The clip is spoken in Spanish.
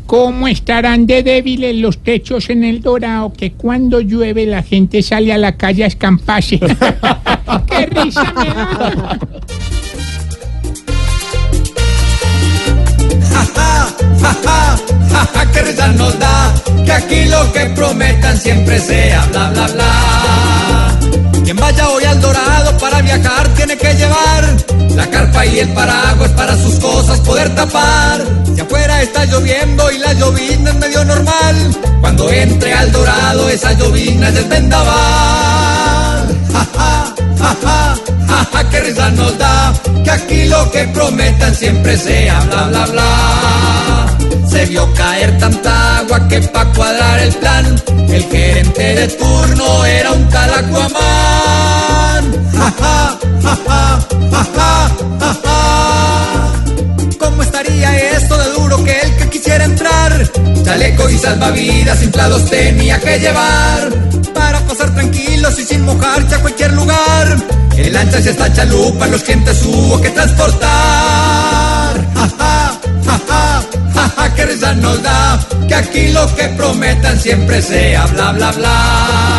¿Cómo estarán de débiles los techos en El Dorado que cuando llueve la gente sale a la calle a escamparse? ¡Qué risa me da! ¡Qué risa nos da! Que aquí lo que prometan siempre sea bla, bla, bla. Quien vaya hoy al Dorado para viajar tiene que llevar la carpa y el paraguas para sus cosas poder tapar. Si afuera está lloviendo y la llovizna es medio normal, cuando entre al Dorado esa llovizna es el vendaval. ¡Qué risa nos da! Que aquí lo que prometan siempre sea bla, bla, bla. Se vio caer tanta agua que pa' cuadrar el plan, el gerente de turno era un tal Aquaman. ¿Cómo estaría esto de duro que el que quisiera entrar? Chaleco y salvavidas inflados tenía que llevar, para pasar tranquilos y sin mojarse a cualquier lugar. En lanchas y esta chalupa los clientes hubo que transportar. ¡Qué risa nos da! Que aquí lo que prometan siempre sea bla, bla, bla.